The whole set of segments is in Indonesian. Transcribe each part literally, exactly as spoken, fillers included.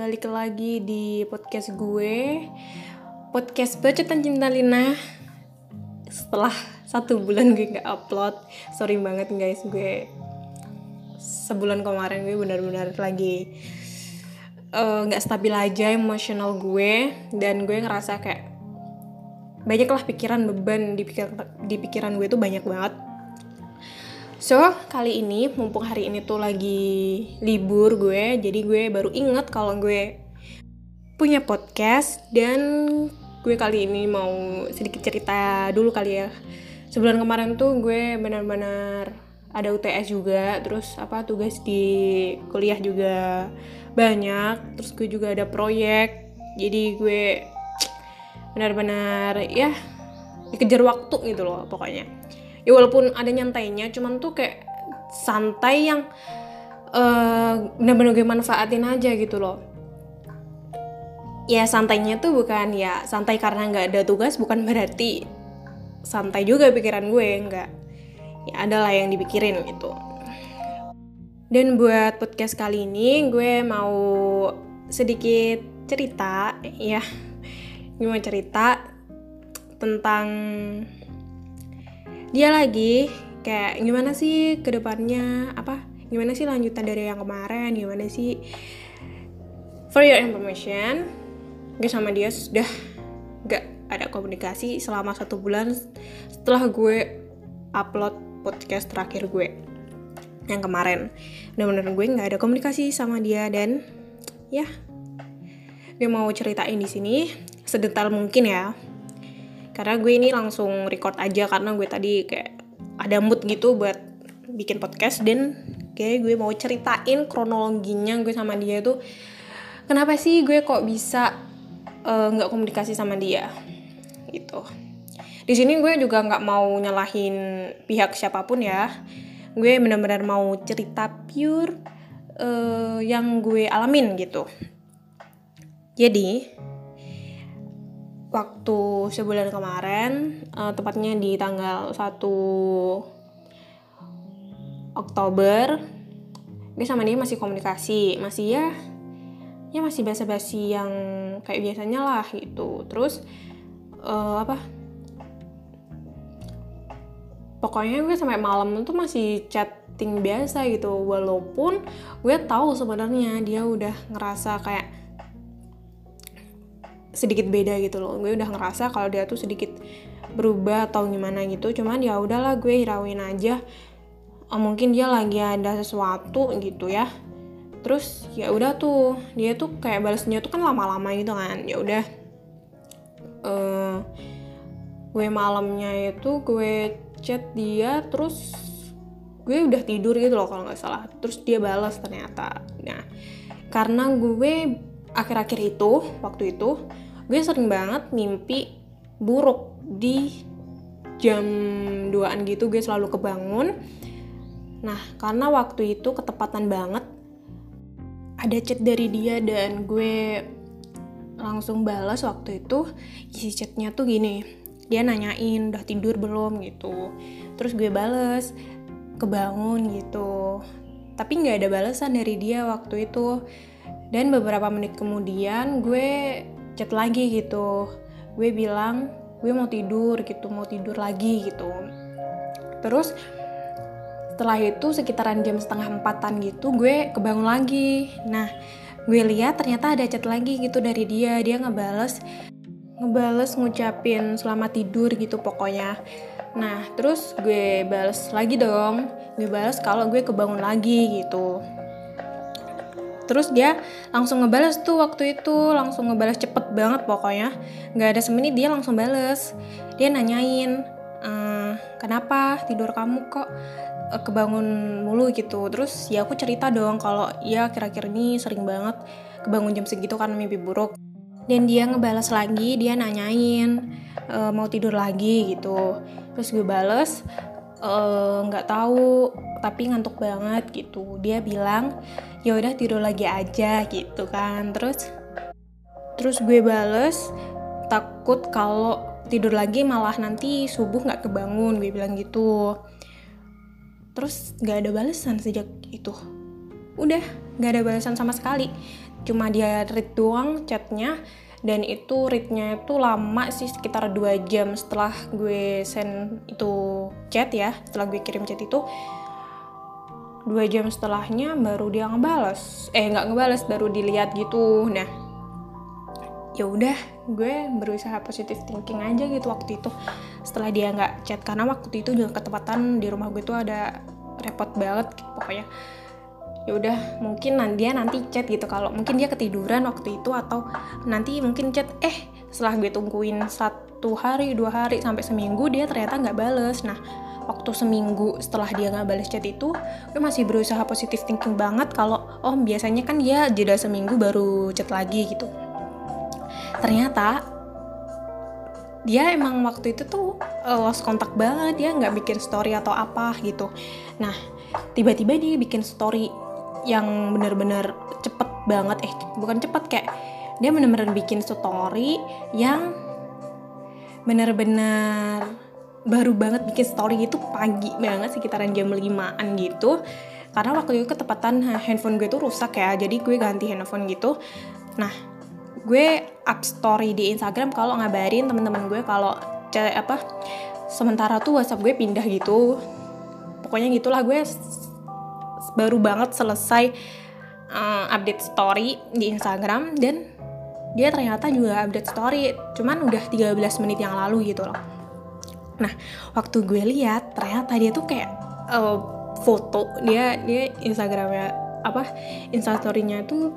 balik lagi di podcast gue, podcast Bacotan Cinta Lina. Setelah satu bulan gue gak upload, sorry banget guys, gue sebulan kemarin gue benar-benar lagi uh, gak stabil aja emosional gue. Dan gue ngerasa kayak banyak lah pikiran, beban di, pikir, di pikiran gue tuh banyak banget. So, kali ini, mumpung hari ini tuh lagi libur gue, jadi gue baru inget kalau gue punya podcast. Dan gue kali ini mau sedikit cerita dulu kali ya. Sebulan kemarin tuh gue benar-benar ada U T S juga, terus apa tugas di kuliah juga banyak, terus gue juga ada proyek. Jadi gue benar-benar ya dikejar waktu gitu loh pokoknya. Ya walaupun ada nyantainya, cuman tuh kayak santai yang uh, benar-benar gue manfaatin aja gitu loh. Ya santainya tuh bukan ya santai karena nggak ada tugas, bukan berarti santai juga pikiran gue, nggak. Ya adalah yang dipikirin gitu. Dan buat podcast kali ini gue mau sedikit cerita ya. Gue mau cerita tentang dia lagi, kayak gimana sih kedepannya, apa gimana sih lanjutan dari yang kemarin, gimana sih. For your information, gue sama dia sudah gak ada komunikasi selama satu bulan setelah gue upload podcast terakhir gue yang kemarin. Bener-bener gue gak ada komunikasi sama dia. Dan ya, gue mau ceritain di sini sedetail mungkin ya, karena gue ini langsung record aja karena gue tadi kayak ada mood gitu buat bikin podcast. Dan kayak gue mau ceritain kronologinya gue sama dia tuh kenapa sih gue kok bisa nggak uh, komunikasi sama dia gitu. Di sini gue juga nggak mau nyalahin pihak siapapun ya. Gue benar-benar mau cerita pure uh, yang gue alamin gitu. Jadi waktu sebulan kemarin, uh, tepatnya di tanggal satu Oktober, gue sama dia masih komunikasi, masih ya, ya masih basa-basi yang kayak biasanya lah gitu. Terus uh, apa? Pokoknya gue sampai malam tuh masih chatting biasa gitu, walaupun gue tahu sebenarnya dia udah ngerasa kayak sedikit beda gitu loh. Gue udah ngerasa kalau dia tuh sedikit berubah atau gimana gitu. Cuman ya udahlah, gue hirauin aja. Oh, mungkin dia lagi ada sesuatu gitu ya. Terus ya udah tuh, dia tuh kayak balasnya tuh kan lama-lama gitu kan. Ya udah. Uh, gue malamnya itu gue chat dia, terus gue udah tidur gitu loh kalau nggak salah. Terus dia balas ternyata. Nah, karena gue akhir-akhir itu, waktu itu gue sering banget mimpi buruk di jam duaan gitu, gue selalu kebangun. Nah, karena waktu itu ketepatan banget ada chat dari dia dan gue langsung balas waktu itu. Isi chatnya tuh gini, dia nanyain udah tidur belum gitu. Terus gue balas kebangun gitu, tapi nggak ada balasan dari dia waktu itu. Dan beberapa menit kemudian gue chat lagi gitu. Gue bilang gue mau tidur gitu, mau tidur lagi gitu. Terus setelah itu sekitaran jam setengah empatan gitu gue kebangun lagi. Nah, gue lihat ternyata ada chat lagi gitu dari dia. Dia ngebales ngebales ngucapin selamat tidur gitu pokoknya. Nah, terus gue bales lagi dong. Gue bales kalau gue kebangun lagi gitu. Terus dia langsung ngebales tuh waktu itu, langsung ngebales cepet banget pokoknya. Gak ada semenit dia langsung bales. Dia nanyain, ehm, kenapa tidur kamu kok e, kebangun mulu gitu. Terus ya aku cerita dong kalau ya akhir-akhir ini sering banget kebangun jam segitu karena mimpi buruk. Dan dia ngebales lagi, dia nanyain e, mau tidur lagi gitu. Terus gue bales, nggak e, tahu tapi ngantuk banget gitu. Dia bilang ya udah tidur lagi aja gitu kan. Terus terus gue bales takut kalau tidur lagi malah nanti subuh nggak kebangun, gue bilang gitu. Terus nggak ada balasan sejak itu, udah nggak ada balasan sama sekali. cuma dia read doang chatnya, dan itu readnya itu lama sih, sekitar dua jam setelah gue send itu chat ya, setelah gue kirim chat itu dua jam setelahnya baru dia ngebales, eh nggak ngebales, baru dilihat gitu. Nah, ya udah, gue berusaha positive thinking aja gitu waktu itu. Setelah dia nggak chat, karena waktu itu juga ketepatan di rumah gue tuh ada repot banget gitu, pokoknya. Ya udah, mungkin nanti dia nanti chat gitu. Kalau mungkin dia ketiduran waktu itu, atau nanti mungkin chat. Eh, setelah gue tungguin satu hari, dua hari, sampai seminggu, dia ternyata nggak bales. Nah, waktu seminggu setelah dia nggak balas chat itu, gue masih berusaha positive thinking banget kalau oh biasanya kan dia jeda seminggu baru chat lagi gitu. Ternyata dia emang waktu itu tuh uh, lost kontak banget, dia nggak bikin story atau apa gitu. Nah, tiba-tiba dia bikin story yang bener-bener cepet banget, eh bukan cepet, kayak dia bener-bener bikin story yang bener-bener baru banget bikin story itu pagi banget, sekitaran jam limaan gitu. Karena waktu itu ketepatan handphone gue tuh rusak ya, jadi gue ganti handphone gitu. Nah, gue up story di Instagram kalau ngabarin teman-teman gue kalau c- apa sementara tuh WhatsApp gue pindah gitu. Pokoknya gitulah, gue baru banget selesai uh, update story di Instagram, dan dia ternyata juga update story, cuman udah tiga belas menit yang lalu gitu loh. Nah, waktu gue lihat ternyata dia tuh kayak uh, foto dia dia Instagramnya apa Instastory-nya tuh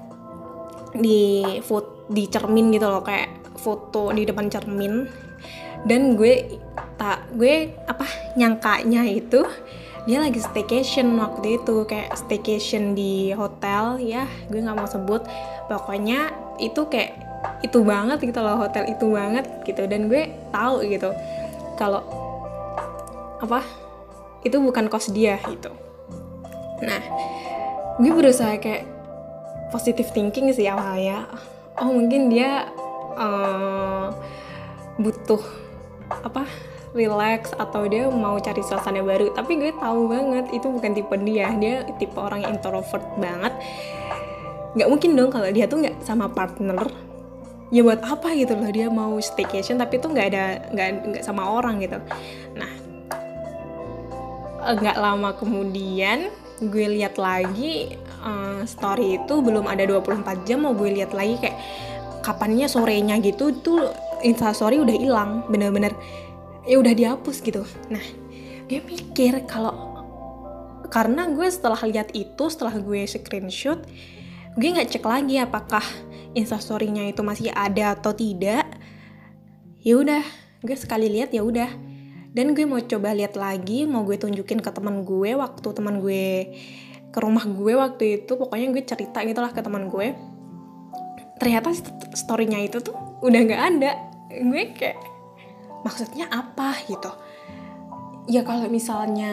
di foto di cermin gitu loh, kayak foto di depan cermin. Dan gue tak gue apa nyangkanya itu dia lagi staycation waktu itu, kayak staycation di hotel ya, gue nggak mau sebut, pokoknya itu kayak itu banget gitu loh, hotel itu banget gitu. Dan gue tahu gitu kalau apa itu bukan kos dia gitu. Nah, gue berusaha kayak positive thinking sih awalnya. Oh mungkin dia uh, butuh apa relax, atau dia mau cari suasana baru. Tapi gue tahu banget itu bukan tipe dia. Dia tipe orang yang introvert banget. Nggak mungkin dong kalau dia tuh nggak sama partner. Ya buat apa gitu loh dia mau staycation tapi tuh nggak ada nggak nggak sama orang gitu. Nah, nggak lama kemudian gue lihat lagi uh, story itu belum ada dua puluh empat jam, mau gue lihat lagi kayak kapannya sorenya gitu tuh Instastory udah hilang, bener-bener ya udah dihapus gitu. Nah, gue mikir kalau karena gue setelah lihat itu, setelah gue screenshot, gue nggak cek lagi apakah Instastory-nya itu masih ada atau tidak. Ya udah, gue sekali lihat ya udah. Dan gue mau coba lihat lagi, mau gue tunjukin ke teman gue waktu teman gue ke rumah gue waktu itu. Pokoknya gue cerita gitulah ke teman gue. Ternyata story-nya itu tuh udah nggak ada. Gue kayak maksudnya apa gitu. Ya kalau misalnya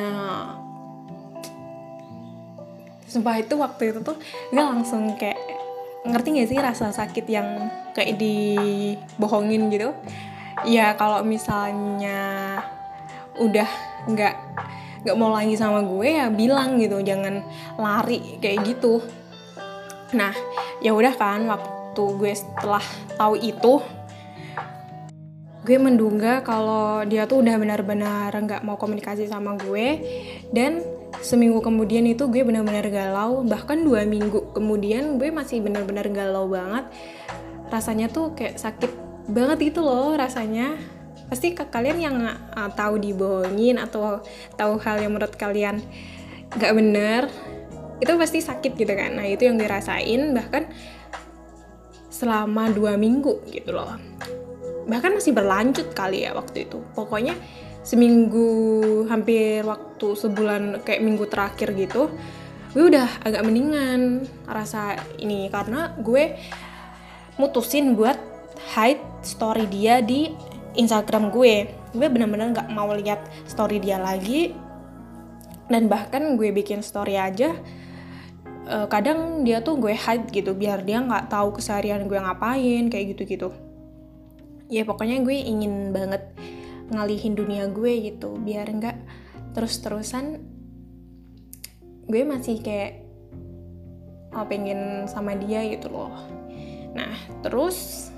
sumpah itu waktu itu tuh gue langsung kayak ngerti gak sih rasa sakit yang kayak dibohongin gitu. Ya kalau misalnya udah nggak nggak mau lagi sama gue ya bilang gitu, jangan lari kayak gitu. Nah ya udah kan, waktu gue setelah tahu itu, gue menduga kalau dia tuh udah benar-benar nggak mau komunikasi sama gue. Dan seminggu kemudian itu gue benar-benar galau, bahkan dua minggu kemudian gue masih benar-benar galau banget. Rasanya tuh kayak sakit banget gitu loh rasanya. Pasti ke kalian yang uh, tahu dibohongin atau tahu hal yang menurut kalian nggak bener, itu pasti sakit gitu kan. Nah itu yang gue rasain bahkan selama dua minggu gitu loh. Bahkan masih berlanjut kali ya waktu itu. Pokoknya seminggu, hampir waktu sebulan, kayak minggu terakhir gitu, gue udah agak mendingan rasa ini. Karena gue mutusin buat hide story dia di Instagram gue. Gue bener-bener gak mau lihat story dia lagi. Dan bahkan gue bikin story aja, uh, kadang dia tuh gue hide gitu, biar dia gak tahu keseharian gue ngapain, kayak gitu-gitu. Ya pokoknya gue ingin banget ngalihin dunia gue gitu, biar nggak terus-terusan gue masih kayak uh, pengen sama dia gitu loh. Nah terus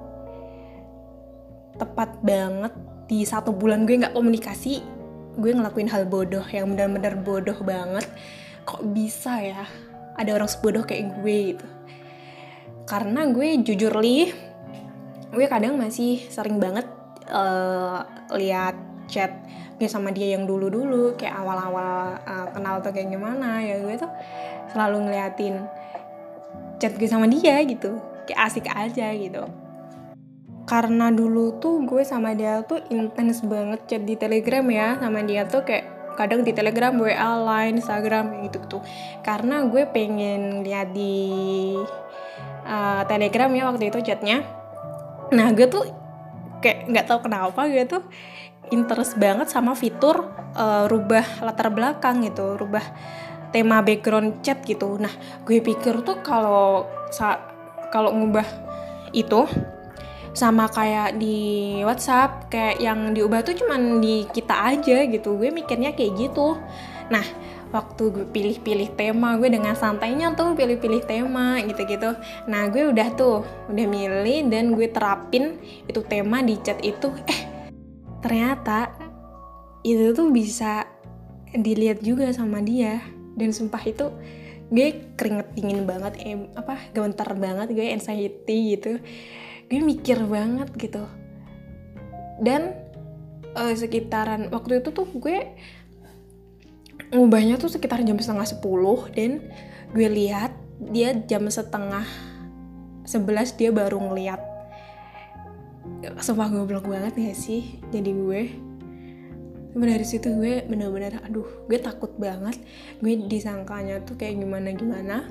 tepat banget di satu bulan gue nggak komunikasi, gue ngelakuin hal bodoh yang benar-benar bodoh banget. Kok bisa ya ada orang sebodoh kayak gue gitu. Karena gue jujur li, gue kadang masih sering banget uh, lihat chat gue sama dia yang dulu-dulu, kayak awal-awal uh, kenal tuh kayak gimana ya, gue tuh selalu ngeliatin chat gue sama dia gitu, kayak asik aja gitu. Karena dulu tuh gue sama dia tuh intens banget chat di Telegram ya, sama dia tuh kayak kadang di Telegram, W A, Line, Instagram gitu tuh. Karena gue pengen lihat di uh, Telegram ya waktu itu chatnya. Nah gue tuh kayak nggak tahu kenapa gue tuh interest banget sama fitur uh, rubah latar belakang gitu, rubah tema background chat gitu. Nah gue pikir tuh kalau kalau ngubah itu sama kayak di WhatsApp, kayak yang diubah tuh cuman di kita aja gitu. Gue mikirnya kayak gitu. Nah waktu gue pilih-pilih tema, gue dengan santainya tuh pilih-pilih tema gitu-gitu. Nah gue udah tuh udah milih dan gue terapin itu tema di chat itu. Eh ternyata itu tuh bisa dilihat juga sama dia. Dan sumpah itu gue keringet dingin banget, eh, apa gemetar banget, gue anxiety gitu. Gue mikir banget gitu. Dan uh, sekitaran waktu itu tuh gue ngubahnya tuh sekitar jam setengah sepuluh, dan gue lihat dia jam setengah sebelas dia baru ngeliat. Sumpah goblok banget gak sih jadi gue. Dari situ gue benar-benar aduh, gue takut banget gue disangkanya tuh kayak gimana-gimana.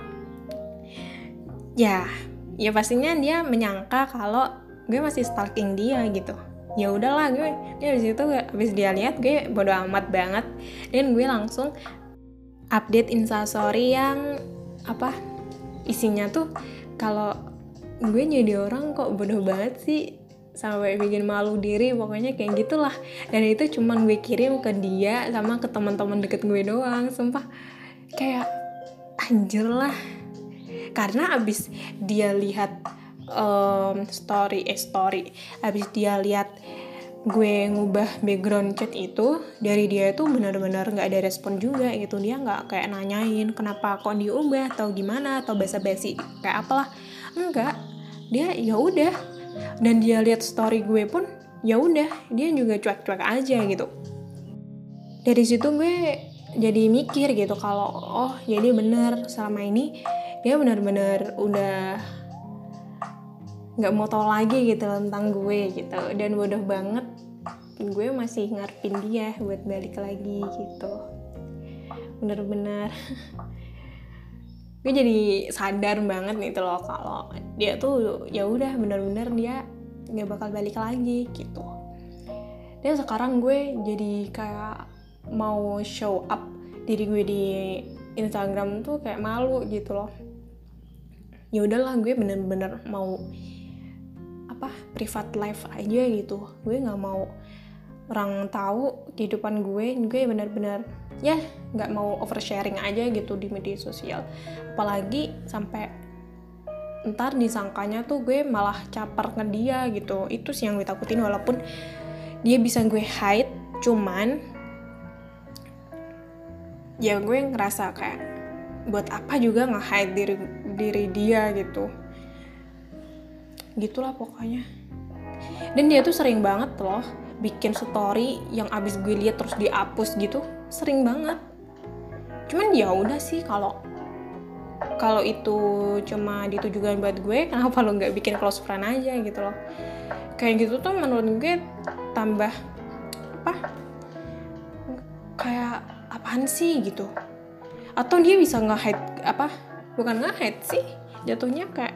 Ya ya pastinya dia menyangka kalau gue masih stalking dia gitu. Ya udahlah, gue gue habis itu habis dia lihat gue bodo amat banget, dan gue langsung update instastory yang apa isinya tuh kalau gue jadi orang kok bodoh banget sih sampai bikin malu diri, pokoknya kayak gitulah. Dan itu cuman gue kirim ke dia sama ke teman-teman deket gue doang. Sumpah kayak anjir lah. Karena abis dia lihat um, story eh story abis dia lihat gue ngubah background chat itu, dari dia itu benar-benar nggak ada respon juga gitu. Dia nggak kayak nanyain kenapa kok diubah atau gimana atau basa-basi kayak apalah, enggak. Dia ya udah, dan dia lihat story gue pun ya udah, dia juga cuek-cuek aja gitu. Dari situ gue jadi mikir gitu kalau oh jadi bener selama ini dia benar-benar udah nggak mau tahu lagi gitu tentang gue gitu. Dan bodoh banget gue masih ngarepin dia buat balik lagi gitu. Bener-bener gue jadi sadar banget nih tuh loh kalau dia tuh ya udah benar-benar dia nggak bakal balik lagi gitu. Dan sekarang gue jadi kayak mau show up diri gue di Instagram tuh kayak malu gitu loh. Ya udahlah, gue bener-bener mau apa private life aja gitu. Gue nggak mau orang tahu kehidupan gue. Gue bener-bener ya nggak mau oversharing aja gitu di media sosial. Apalagi sampai ntar disangkanya tuh gue malah caper ke dia gitu. Itu sih yang gue takutin. Walaupun dia bisa gue hide, cuman ya gue ngerasa kayak buat apa juga nge-hide diri diri dia gitu. Gitulah pokoknya. Dan dia tuh sering banget loh bikin story yang abis gue lihat terus dihapus gitu. Sering banget. Cuman ya udah sih, kalau kalau itu cuma ditujukan buat gue, kenapa lo nggak bikin close friend aja gitu loh. Kayak gitu tuh menurut gue tambah apa? Kayak apaan sih gitu. Atau dia bisa nge-hide apa? Bukan nge-hide sih, jatuhnya kayak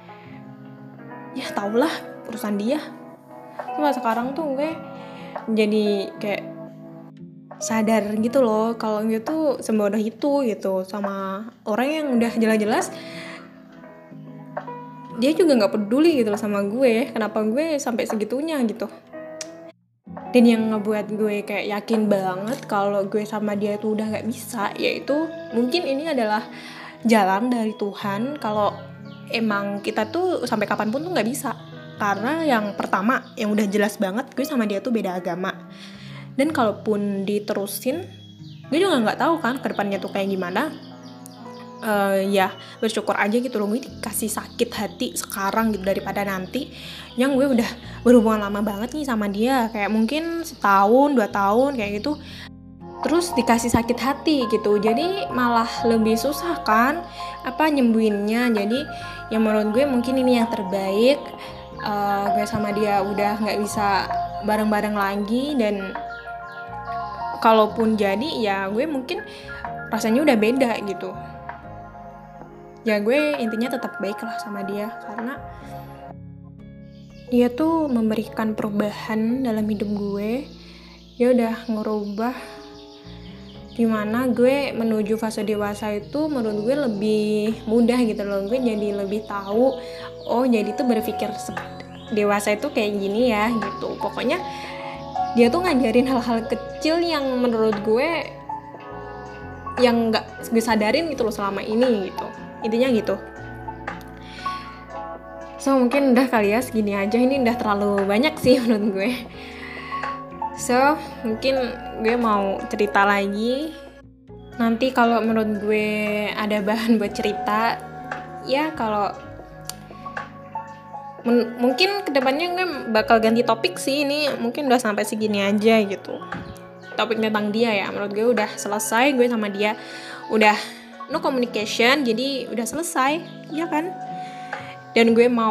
ya tau lah urusan dia. Cuma sekarang tuh gue jadi kayak sadar gitu loh kalau gue tuh sebodoh itu gitu sama orang yang udah jelas-jelas dia juga nggak peduli gitu loh sama gue. Kenapa gue sampai segitunya gitu. Dan yang ngebuat gue kayak yakin banget kalau gue sama dia tuh udah nggak bisa, yaitu mungkin ini adalah jalan dari Tuhan kalau emang kita tuh sampai kapanpun tuh nggak bisa. Karena yang pertama, yang udah jelas banget gue sama dia tuh beda agama. Dan kalaupun diterusin, gue juga nggak tahu kan kedepannya tuh kayak gimana. Uh, ya bersyukur aja gitu loh, gue dikasih sakit hati sekarang gitu daripada nanti yang gue udah berhubungan lama banget nih sama dia, kayak mungkin setahun dua tahun kayak gitu, terus dikasih sakit hati gitu, jadi malah lebih susah kan apa nyembuhinnya. Jadi yang menurut gue mungkin ini yang terbaik. uh, gue sama dia udah nggak bisa bareng-bareng lagi, dan kalaupun jadi ya gue mungkin rasanya udah beda gitu. Ya gue intinya tetap baik lah sama dia, karena dia tuh memberikan perubahan dalam hidup gue. Dia udah ngerubah dimana gue menuju fase dewasa itu menurut gue lebih mudah gitu loh. Gue jadi lebih tahu, oh jadi tuh berpikir dewasa itu kayak gini ya gitu. Pokoknya dia tuh ngajarin hal-hal kecil yang menurut gue yang gak gue sadarin gitu loh selama ini gitu. Intinya gitu. So mungkin udah kali ya segini aja, ini udah terlalu banyak sih menurut gue. So mungkin gue mau cerita lagi nanti kalau menurut gue ada bahan buat cerita. Ya kalau men- mungkin kedepannya gue bakal ganti topik sih, ini mungkin udah sampai segini aja gitu. Topik tentang dia ya, menurut gue udah selesai, gue sama dia udah no communication, jadi udah selesai, ya kan? Dan gue mau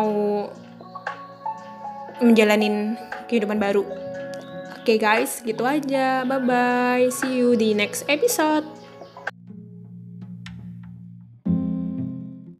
menjalanin kehidupan baru. Oke okay guys, gitu aja. Bye bye. See you di next episode.